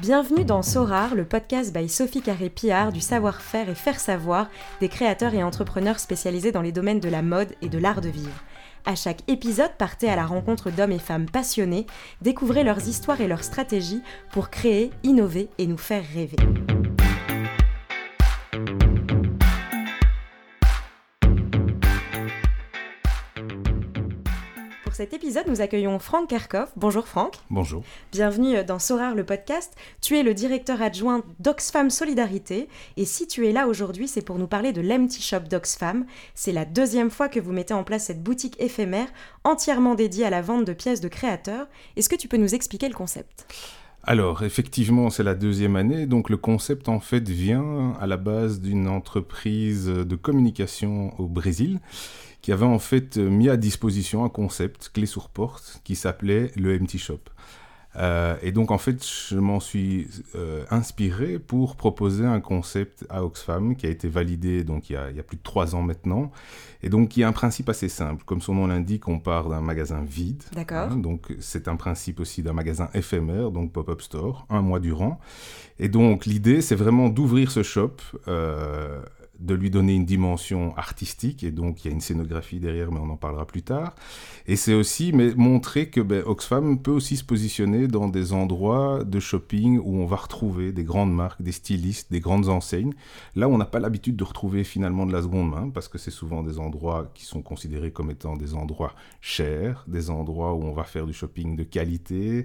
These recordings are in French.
Bienvenue dans Sorare, le podcast by Sophie Carré-Pillard du savoir-faire et faire savoir des créateurs et entrepreneurs spécialisés dans les domaines de la mode et de l'art de vivre. À chaque épisode, partez à la rencontre d'hommes et femmes passionnés, découvrez leurs histoires et leurs stratégies pour créer, innover et nous faire rêver. Pour cet épisode, nous accueillons Franck Kerkhoff. Bonjour Franck. Bonjour. Bienvenue dans Sorare le podcast. Tu es le directeur adjoint d'Oxfam Solidarité et si tu es là aujourd'hui, c'est pour nous parler de l'Empty Shop d'Oxfam. C'est la deuxième fois que vous mettez en place cette boutique éphémère entièrement dédiée à la vente de pièces de créateurs. Est-ce que tu peux nous expliquer le concept ? Alors, effectivement, c'est la deuxième année. Donc, le concept, en fait, vient à la base d'une entreprise de communication au Brésil qui avait, en fait, mis à disposition un concept clé sur porte qui s'appelait le Empty Shop. Et donc, en fait, je m'en suis inspiré pour proposer un concept à Oxfam qui a été validé donc, il y a plus de 3 ans maintenant. Et donc, il y a un principe assez simple. Comme son nom l'indique, on part d'un magasin vide. D'accord. Donc, c'est un principe aussi d'un magasin éphémère, donc pop-up store, 1 mois durant. Et donc, l'idée, c'est vraiment d'ouvrir ce shop, de lui donner une dimension artistique, et donc il y a une scénographie derrière, mais on en parlera plus tard. Et c'est aussi montrer que Oxfam peut aussi se positionner dans des endroits de shopping où on va retrouver des grandes marques, des stylistes, des grandes enseignes. Là, on n'a pas l'habitude de retrouver finalement de la seconde main, parce que c'est souvent des endroits qui sont considérés comme étant des endroits chers, des endroits où on va faire du shopping de qualité,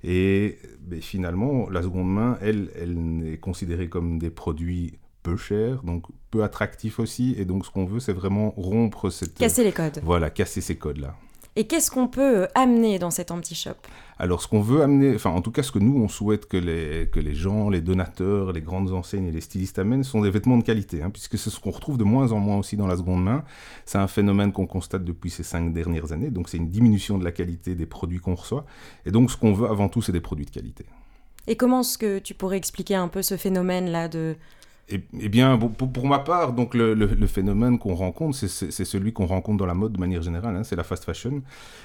et finalement, la seconde main, elle est considérée comme des produits peu cher, donc peu attractif aussi, et donc ce qu'on veut, c'est vraiment rompre cette... Casser les codes. Voilà, casser ces codes-là. Et qu'est-ce qu'on peut amener dans cet Empty Shop ? Alors, ce qu'on veut amener, enfin, en tout cas, ce que nous, on souhaite que les gens, les donateurs, les grandes enseignes et les stylistes amènent, sont des vêtements de qualité, puisque c'est ce qu'on retrouve de moins en moins aussi dans la seconde main. C'est un phénomène qu'on constate depuis ces 5 dernières années, donc c'est une diminution de la qualité des produits qu'on reçoit. Et donc, ce qu'on veut avant tout, c'est des produits de qualité. Et comment est-ce que tu pourrais expliquer un peu ce phénomène-là de... Eh bien, pour ma part, donc le phénomène qu'on rencontre, c'est celui qu'on rencontre dans la mode de manière générale, c'est la fast fashion.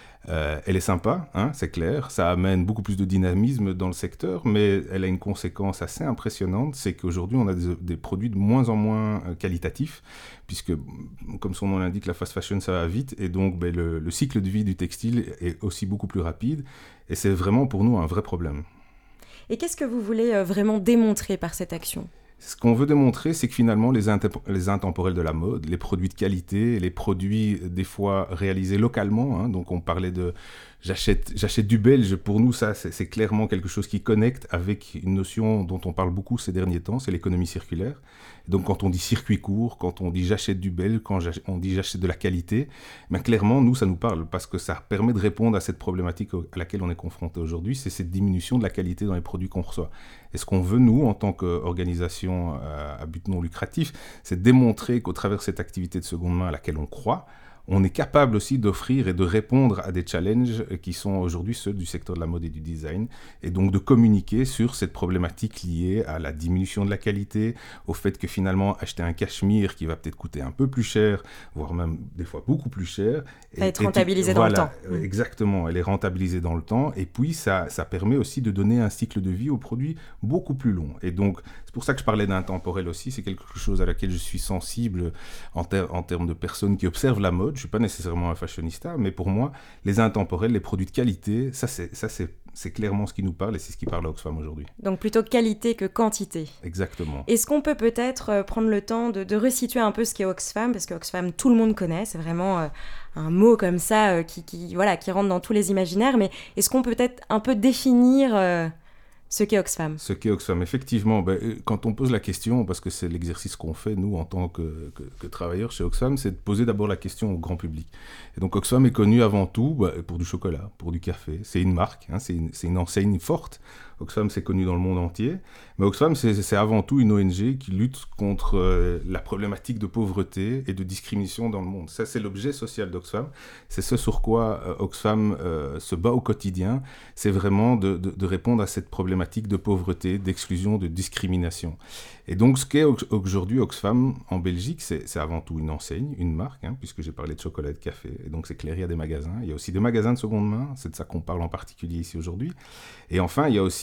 Elle est sympa, c'est clair, ça amène beaucoup plus de dynamisme dans le secteur, mais elle a une conséquence assez impressionnante, c'est qu'aujourd'hui on a des produits de moins en moins qualitatifs, puisque comme son nom l'indique, la fast fashion ça va vite, et donc le cycle de vie du textile est aussi beaucoup plus rapide, et c'est vraiment pour nous un vrai problème. Et qu'est-ce que vous voulez vraiment démontrer par cette action ? Ce qu'on veut démontrer, c'est que finalement, les intemporels de la mode, les produits de qualité, les produits des fois réalisés localement, donc on parlait de j'achète du belge, pour nous ça c'est clairement quelque chose qui connecte avec une notion dont on parle beaucoup ces derniers temps, c'est l'économie circulaire. Donc quand on dit circuit court, quand on dit j'achète du belge, quand on dit j'achète de la qualité, clairement nous ça nous parle parce que ça permet de répondre à cette problématique à laquelle on est confronté aujourd'hui, c'est cette diminution de la qualité dans les produits qu'on reçoit. Et ce qu'on veut nous en tant qu'organisation à but non lucratif, c'est démontrer qu'au travers de cette activité de seconde main à laquelle on croit, on est capable aussi d'offrir et de répondre à des challenges qui sont aujourd'hui ceux du secteur de la mode et du design, et donc de communiquer sur cette problématique liée à la diminution de la qualité, au fait que finalement acheter un cachemire qui va peut-être coûter un peu plus cher, voire même des fois beaucoup plus cher, va être rentabilisé dans le temps. Exactement, elle est rentabilisée dans le temps, et puis ça permet aussi de donner un cycle de vie aux produits beaucoup plus long. Et donc c'est pour ça que je parlais d'intemporel aussi, c'est quelque chose à laquelle je suis sensible en termes de personnes qui observent la mode. Je ne suis pas nécessairement un fashionista, mais pour moi, les intemporels, les produits de qualité, c'est clairement ce qui nous parle et c'est ce qui parle à Oxfam aujourd'hui. Donc plutôt qualité que quantité. Exactement. Est-ce qu'on peut peut-être prendre le temps de resituer un peu ce qu'est Oxfam ? Parce que Oxfam, tout le monde connaît, c'est vraiment un mot comme ça qui rentre dans tous les imaginaires. Mais est-ce qu'on peut peut-être un peu définir... ce qu'est Oxfam. Ce qu'est Oxfam, effectivement, quand on pose la question, parce que c'est l'exercice qu'on fait, nous, en tant que travailleurs chez Oxfam, c'est de poser d'abord la question au grand public. Et donc Oxfam est connu avant tout pour du chocolat, pour du café. C'est une marque, c'est une enseigne forte. Oxfam, c'est connu dans le monde entier. Mais Oxfam, c'est avant tout une ONG qui lutte contre la problématique de pauvreté et de discrimination dans le monde. Ça, c'est l'objet social d'Oxfam. C'est ce sur quoi Oxfam se bat au quotidien. C'est vraiment de répondre à cette problématique de pauvreté, d'exclusion, de discrimination. Et donc, ce qu'est aujourd'hui Oxfam en Belgique, c'est avant tout une enseigne, une marque, puisque j'ai parlé de chocolat et de café. Et donc, c'est clair, il y a des magasins. Il y a aussi des magasins de seconde main. C'est de ça qu'on parle en particulier ici aujourd'hui. Et enfin, il y a aussi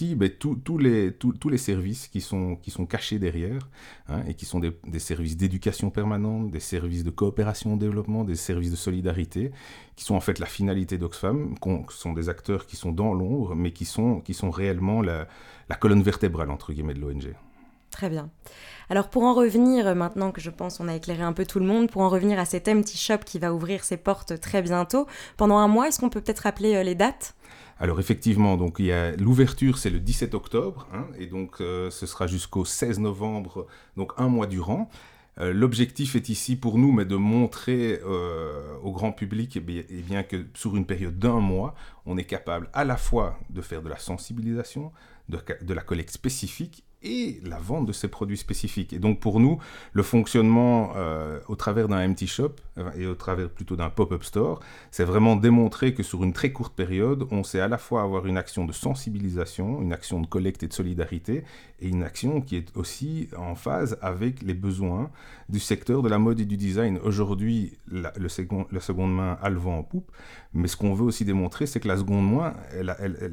aussi tous les services qui sont cachés derrière, hein, et qui sont des services d'éducation permanente, des services de coopération au développement, des services de solidarité, qui sont en fait la finalité d'Oxfam, sont des acteurs qui sont dans l'ombre, mais qui sont réellement la colonne vertébrale, entre guillemets, de l'ONG. Très bien. Alors pour en revenir, maintenant que je pense on a éclairé un peu tout le monde, pour en revenir à cet Empty Shop qui va ouvrir ses portes très bientôt, pendant un mois, est-ce qu'on peut peut-être rappeler les dates ? Alors effectivement, donc il y a l'ouverture, c'est le 17 octobre, hein, et donc ce sera jusqu'au 16 novembre, donc un mois durant. L'objectif est ici pour nous de montrer au grand public eh bien que sur une période d'un mois, on est capable à la fois de faire de la sensibilisation, de la collecte spécifique et la vente de ces produits spécifiques. Et donc pour nous, le fonctionnement au travers d'un empty shop et au travers plutôt d'un pop-up store, c'est vraiment démontrer que sur une très courte période, on sait à la fois avoir une action de sensibilisation, une action de collecte et de solidarité, et une action qui est aussi en phase avec les besoins du secteur de la mode et du design. Aujourd'hui, la seconde main a le vent en poupe, mais ce qu'on veut aussi démontrer, c'est que la seconde main, elle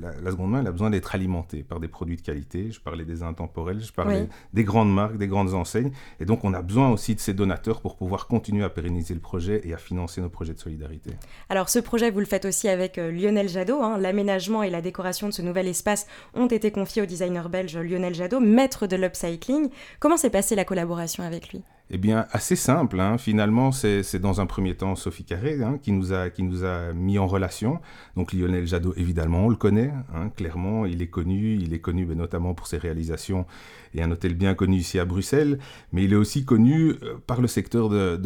a besoin d'être alimentée par des produits de qualité. Je parlais des intemporels, je parlais des grandes marques, des grandes enseignes, et donc on a besoin aussi de ces donateurs pour pouvoir continuer à pérenniser le projet et à financer nos projets de solidarité. Alors ce projet, vous le faites aussi avec Lionel Jadot, hein. L'aménagement et la décoration de ce nouvel espace ont été confiés au designer belge Lionel Jadot, maître de l'upcycling. Comment s'est passée la collaboration avec lui ? Eh bien, assez simple, hein. Finalement, c'est dans un premier temps Sophie Carré, hein, qui nous a mis en relation. Donc Lionel Jadot, évidemment, on le connaît, hein, clairement, il est connu notamment pour ses réalisations et un hôtel bien connu ici à Bruxelles, mais il est aussi connu par le secteur de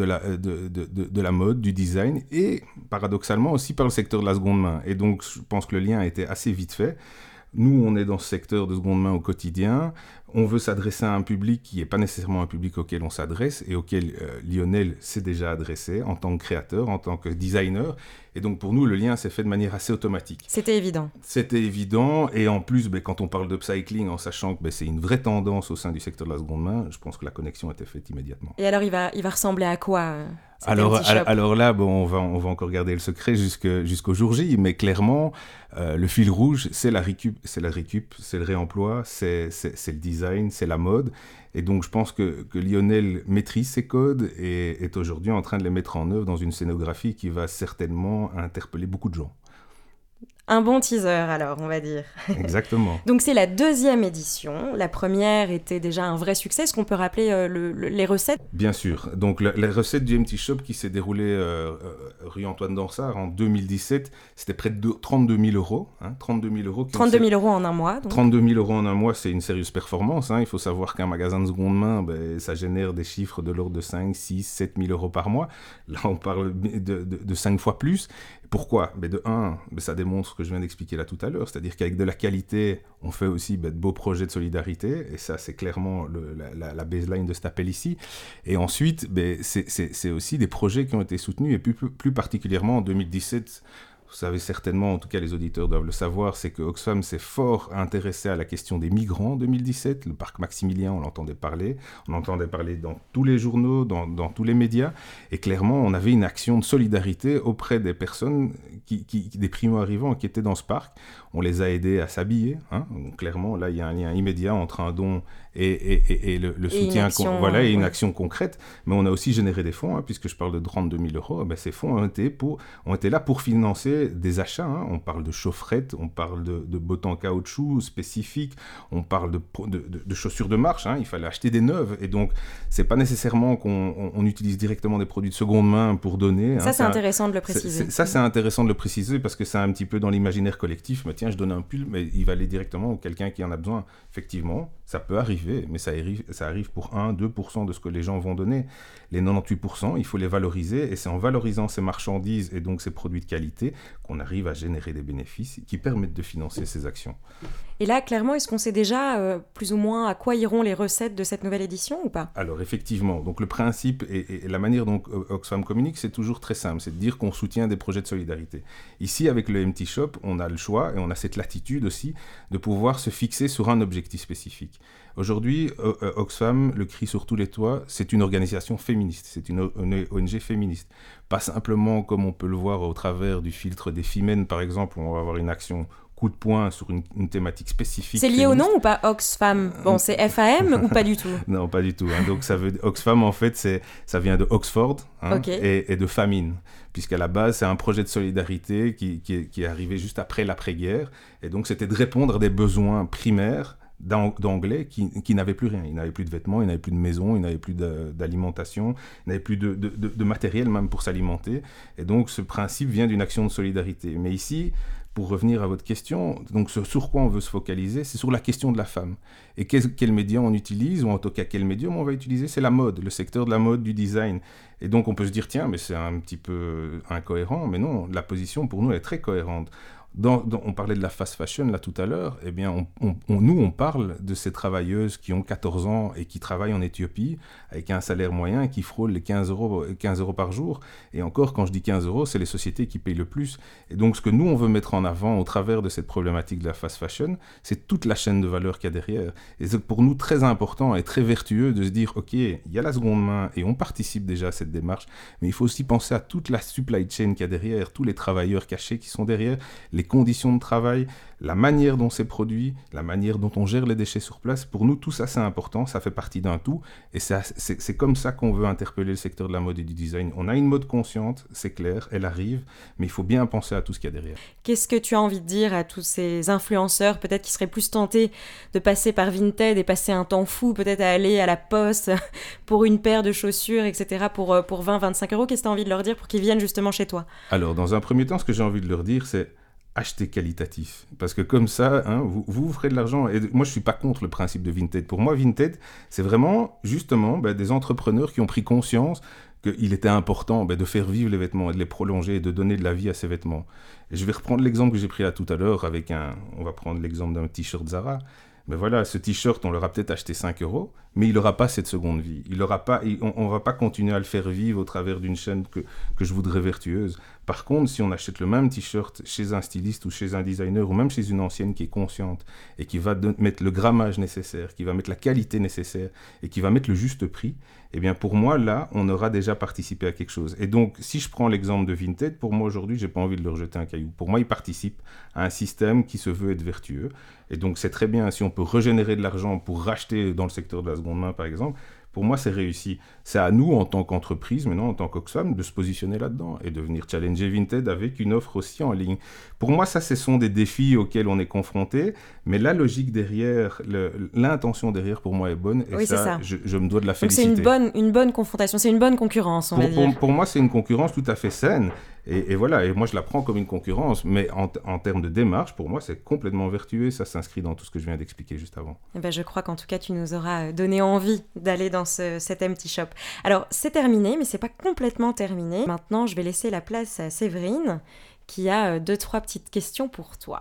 la mode, du design, et paradoxalement aussi par le secteur de la seconde main. Et donc, je pense que le lien a été assez vite fait. Nous, on est dans ce secteur de seconde main au quotidien. On veut s'adresser à un public qui n'est pas nécessairement un public auquel on s'adresse et auquel Lionel s'est déjà adressé en tant que créateur, en tant que designer. Et donc, pour nous, le lien s'est fait de manière assez automatique. C'était évident. C'était évident. Et en plus, quand on parle d'upcycling, en sachant que c'est une vraie tendance au sein du secteur de la seconde main, je pense que la connexion était faite immédiatement. Et alors, il va ressembler à quoi alors là, on va encore garder le secret jusqu'au jour J, mais clairement, le fil rouge, c'est la récup, c'est le réemploi, c'est le design, c'est la mode. Et donc, je pense que Lionel maîtrise ses codes et est aujourd'hui en train de les mettre en œuvre dans une scénographie qui va certainement interpeller beaucoup de gens. Un bon teaser, alors, on va dire. Exactement. Donc, c'est la 2e édition. La première était déjà un vrai succès. Est-ce qu'on peut rappeler les recettes ? Bien sûr. Donc, les recettes du Empty Shop qui s'est déroulée rue Antoine Dansart en 2017, c'était près de 32 000 euros. Hein, 32 000 euros. 32 000 euros en un mois. Donc. 32 000 euros en un mois, c'est une sérieuse performance. Hein. Il faut savoir qu'un magasin de seconde main, ça génère des chiffres de l'ordre de 5, 6, 7 000 euros par mois. Là, on parle de 5 fois plus. Pourquoi ? De un, ça démontre ce que je viens d'expliquer là tout à l'heure, c'est-à-dire qu'avec de la qualité, on fait aussi de beaux projets de solidarité, et ça, c'est clairement la baseline de cet appel ici. Et ensuite, c'est aussi des projets qui ont été soutenus, et plus particulièrement en 2017, vous savez certainement, en tout cas les auditeurs doivent le savoir, c'est que Oxfam s'est fort intéressé à la question des migrants en 2017. Le parc Maximilien, on l'entendait parler dans tous les journaux, dans tous les médias, et clairement on avait une action de solidarité auprès des personnes, des primo-arrivants qui étaient dans ce parc. On les a aidés à s'habiller, hein. Donc, clairement là il y a un lien immédiat entre un don et le soutien, et une action concrète, mais on a aussi généré des fonds, hein, puisque je parle de 32 000 euros, ces fonds ont été là pour financer des achats, hein. On parle de chaufferettes, on parle de bottes en caoutchouc spécifiques, on parle de chaussures de marche, hein. Il fallait acheter des neuves, et donc c'est pas nécessairement qu'on utilise directement des produits de seconde main pour donner. Ça, c'est intéressant de le préciser. C'est intéressant de le préciser parce que c'est un petit peu dans l'imaginaire collectif, mais tiens, je donne un pull, mais il va aller directement à quelqu'un qui en a besoin. Effectivement, ça peut arriver, mais ça arrive pour 1-2% de ce que les gens vont donner. Les 98%, il faut les valoriser, et c'est en valorisant ces marchandises et donc ces produits de qualité qu'on arrive à générer des bénéfices qui permettent de financer ces actions. Et là, clairement, est-ce qu'on sait déjà plus ou moins à quoi iront les recettes de cette nouvelle édition ou pas ? Alors effectivement, donc le principe et la manière dont Oxfam communique, c'est toujours très simple, c'est de dire qu'on soutient des projets de solidarité. Ici, avec le Empty Shop, on a le choix et on a cette latitude aussi de pouvoir se fixer sur un objectif spécifique. Aujourd'hui, Oxfam, le cri sur tous les toits, c'est une organisation féministe, c'est une ONG féministe. Pas simplement comme on peut le voir au travers du filtre des Femmes, par exemple, où on va avoir une action coup de poing sur une thématique spécifique. C'est lié au nom ou pas, Oxfam? Bon, c'est FAM ou pas du tout? Non, pas du tout. Hein. Donc, Oxfam, en fait, ça vient de Oxford et de famine. Puisqu'à la base, c'est un projet de solidarité qui est arrivé juste après l'après-guerre. Et donc, c'était de répondre à des besoins primaires d'anglais qui n'avaient plus rien. Ils n'avaient plus de vêtements, ils n'avaient plus de maison, ils n'avaient plus d'alimentation, ils n'avaient plus de matériel même pour s'alimenter. Et donc, ce principe vient d'une action de solidarité. Mais ici, pour revenir à votre question, donc sur quoi on veut se focaliser, c'est sur la question de la femme. Et quel média on utilise, ou en tout cas quel médium on va utiliser, c'est la mode, le secteur de la mode, du design. Et donc on peut se dire, tiens, mais c'est un petit peu incohérent, mais non, la position pour nous est très cohérente. On parlait de la fast fashion là tout à l'heure, eh bien on parle de ces travailleuses qui ont 14 ans et qui travaillent en Éthiopie avec un salaire moyen qui frôle les 15 euros par jour. Et encore, quand je dis 15 euros, c'est les sociétés qui payent le plus. Et donc ce que nous on veut mettre en avant au travers de cette problématique de la fast fashion, c'est toute la chaîne de valeur qu'il y a derrière. Et c'est pour nous très important et très vertueux de se dire, ok, il y a la seconde main et on participe déjà à cette démarche, mais il faut aussi penser à toute la supply chain qu'il y a derrière, tous les travailleurs cachés qui sont derrière, les conditions de travail, la manière dont c'est produit, la manière dont on gère les déchets sur place. Pour nous, tout ça, c'est important, ça fait partie d'un tout. Et c'est comme ça qu'on veut interpeller le secteur de la mode et du design. On a une mode consciente, c'est clair, elle arrive, mais il faut bien penser à tout ce qu'il y a derrière. Qu'est-ce que tu as envie de dire à tous ces influenceurs, peut-être qui seraient plus tentés de passer par Vinted et passer un temps fou, peut-être à aller à la poste pour une paire de chaussures, etc., pour 20-25 euros? Qu'est-ce que tu as envie de leur dire pour qu'ils viennent justement chez toi? Alors, dans un premier temps, ce que j'ai envie de leur dire, c'est acheter qualitatif. Parce que comme ça, vous ferez de l'argent. Et moi, je ne suis pas contre le principe de Vinted. Pour moi, Vinted, c'est vraiment, justement, des entrepreneurs qui ont pris conscience qu'il était important de faire vivre les vêtements et de les prolonger et de donner de la vie à ces vêtements. Et je vais reprendre l'exemple que j'ai pris là tout à l'heure on va prendre l'exemple d'un t-shirt Zara. Mais voilà, ce t-shirt, on l'aura peut-être acheté 5 euros, mais il n'aura pas cette seconde vie. On ne va pas continuer à le faire vivre au travers d'une chaîne que je voudrais vertueuse. Par contre, si on achète le même t-shirt chez un styliste ou chez un designer, ou même chez une ancienne qui est consciente et qui va mettre le grammage nécessaire, qui va mettre la qualité nécessaire et qui va mettre le juste prix, eh bien pour moi, là, on aura déjà participé à quelque chose. Et donc, si je prends l'exemple de Vinted, pour moi aujourd'hui, je n'ai pas envie de leur jeter un caillou. Pour moi, ils participent à un système qui se veut être vertueux. Et donc, c'est très bien si on peut régénérer de l'argent pour racheter dans le secteur de la seconde main, par exemple. Pour moi, c'est réussi. C'est à nous, en tant qu'entreprise, maintenant en tant qu'Oxfam, de se positionner là-dedans et de venir challenger Vinted avec une offre aussi en ligne. Pour moi, ça, ce sont des défis auxquels on est confronté, mais la logique derrière, l'intention derrière, pour moi, est bonne. Et oui, ça. Je me dois de la féliciter. Donc, c'est une bonne confrontation, c'est une bonne concurrence, on va dire. Pour moi, c'est une concurrence tout à fait saine. Et voilà, et moi, je la prends comme une concurrence, mais en termes de démarche, pour moi, c'est complètement vertueux. Ça s'inscrit dans tout ce que je viens d'expliquer juste avant. Et ben, je crois qu'en tout cas, tu nous auras donné envie d'aller dans cet empty shop. Alors, c'est terminé, mais c'est pas complètement terminé. Maintenant, je vais laisser la place à Séverine, qui a 2-3 petites questions pour toi.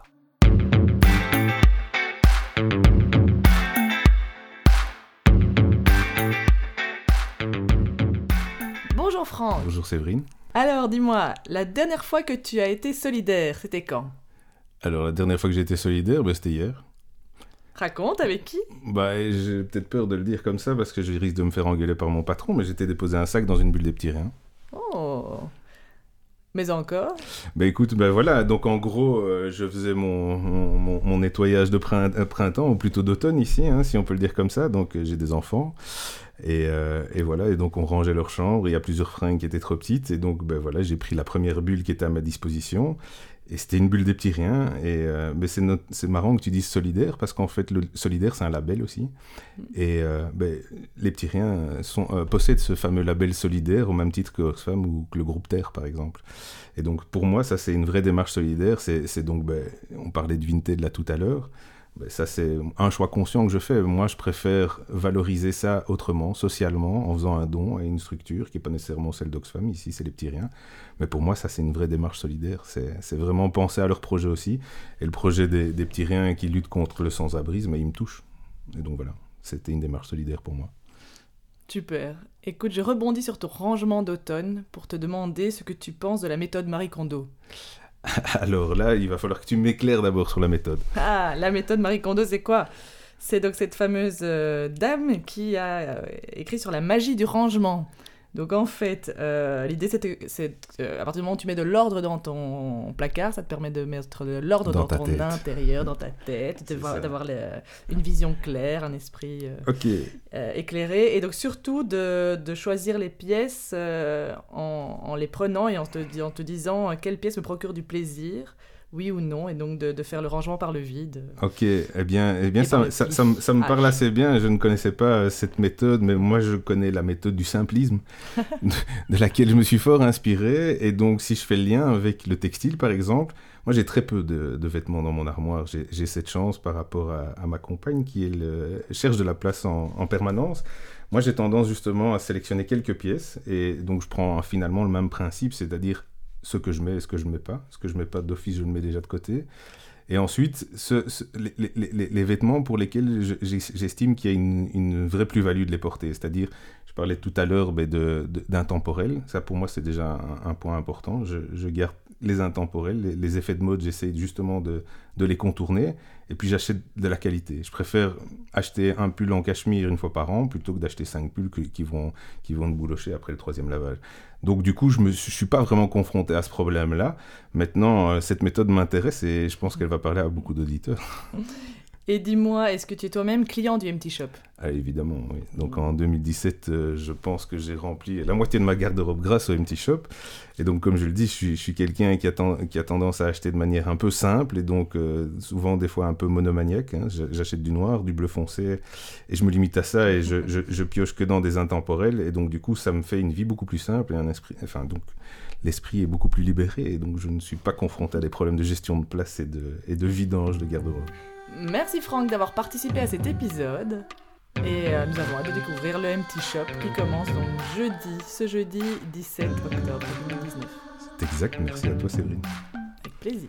Bonjour Franck. Bonjour Séverine. Alors, dis-moi, la dernière fois que tu as été solidaire, c'était quand? Alors, la dernière fois que j'ai été solidaire, c'était hier. Raconte, avec qui? J'ai peut-être peur de le dire comme ça parce que je risque de me faire engueuler par mon patron, mais j'étais déposé un sac dans une bulle des petits riens. Oh. Mais encore? Écoute, voilà, donc en gros, je faisais mon nettoyage de printemps, ou plutôt d'automne ici, si on peut le dire comme ça, donc j'ai des enfants. Et voilà, et donc on rangeait leur chambre, il y a plusieurs fringues qui étaient trop petites, et donc voilà, j'ai pris la première bulle qui était à ma disposition, et c'était une bulle des petits riens, et c'est marrant que tu dises solidaire, parce qu'en fait, le solidaire, c'est un label aussi, et les petits riens possèdent ce fameux label solidaire, au même titre que Oxfam ou que le groupe Terre, par exemple. Et donc pour moi, ça c'est une vraie démarche solidaire, c'est donc, on parlait de Vinted là tout à l'heure, ça, c'est un choix conscient que je fais. Moi, je préfère valoriser ça autrement, socialement, en faisant un don à une structure qui n'est pas nécessairement celle d'Oxfam. Ici, c'est les petits riens. Mais pour moi, ça, c'est une vraie démarche solidaire. C'est vraiment penser à leur projet aussi. Et le projet des petits riens qui luttent contre le sans-abrisme, il me touche. Et donc voilà, c'était une démarche solidaire pour moi. Super. Écoute, je rebondis sur ton rangement d'automne pour te demander ce que tu penses de la méthode Marie Kondo. Alors là, il va falloir que tu m'éclaires d'abord sur la méthode. Ah, la méthode Marie Kondo, c'est quoi? C'est donc cette fameuse dame qui a écrit sur la magie du rangement. Donc en fait, l'idée c'est à partir du moment où tu mets de l'ordre dans ton placard, ça te permet de mettre de l'ordre dans ton intérieur, dans ta tête, d'avoir une vision claire, un esprit éclairé, et donc surtout de choisir les pièces en les prenant et en te disant quelle pièce me procure du plaisir, oui ou non, et donc de faire le rangement par le vide. Ok, eh bien ça me parle assez bien. Je ne connaissais pas cette méthode, mais moi je connais la méthode du simplisme, de laquelle je me suis fort inspiré. Et donc si je fais le lien avec le textile par exemple, moi j'ai très peu de vêtements dans mon armoire. J'ai cette chance par rapport à ma compagne qui cherche de la place en permanence. Moi j'ai tendance justement à sélectionner quelques pièces, et donc je prends finalement le même principe, c'est-à-dire ce que je mets et ce que je ne mets pas. Ce que je ne mets pas d'office, je le mets déjà de côté. Et ensuite, les vêtements pour lesquels j'estime qu'il y a une vraie plus-value de les porter. C'est-à-dire, je parlais tout à l'heure d'intemporel. Ça, pour moi, c'est déjà un point important. Je garde les intemporels, les effets de mode, j'essaie justement de les contourner. Et puis, j'achète de la qualité. Je préfère acheter un pull en cachemire une fois par an plutôt que d'acheter 5 pulls qui vont te boulocher après le 3e lavage. Donc, du coup, je ne suis pas vraiment confronté à ce problème-là. Maintenant, cette méthode m'intéresse et je pense qu'elle va parler à beaucoup d'auditeurs. Et dis-moi, est-ce que tu es toi-même client du Empty Shop ? Ah, évidemment, oui. Donc en 2017, je pense que j'ai rempli la moitié de ma garde-robe grâce au Empty Shop. Et donc, comme je le dis, je suis quelqu'un qui a tendance à acheter de manière un peu simple et donc souvent des fois un peu monomaniaque. Hein. J'achète du noir, du bleu foncé et je me limite à ça et je pioche que dans des intemporels. Et donc, du coup, ça me fait une vie beaucoup plus simple et un esprit... Enfin, donc, l'esprit est beaucoup plus libéré et donc je ne suis pas confronté à des problèmes de gestion de place et de vidange de garde-robe. Merci Franck d'avoir participé à cet épisode. Et nous avons hâte de découvrir le Empty Shop qui commence donc ce jeudi 17 octobre 2019. C'est exact, merci à toi Séverine. Avec plaisir.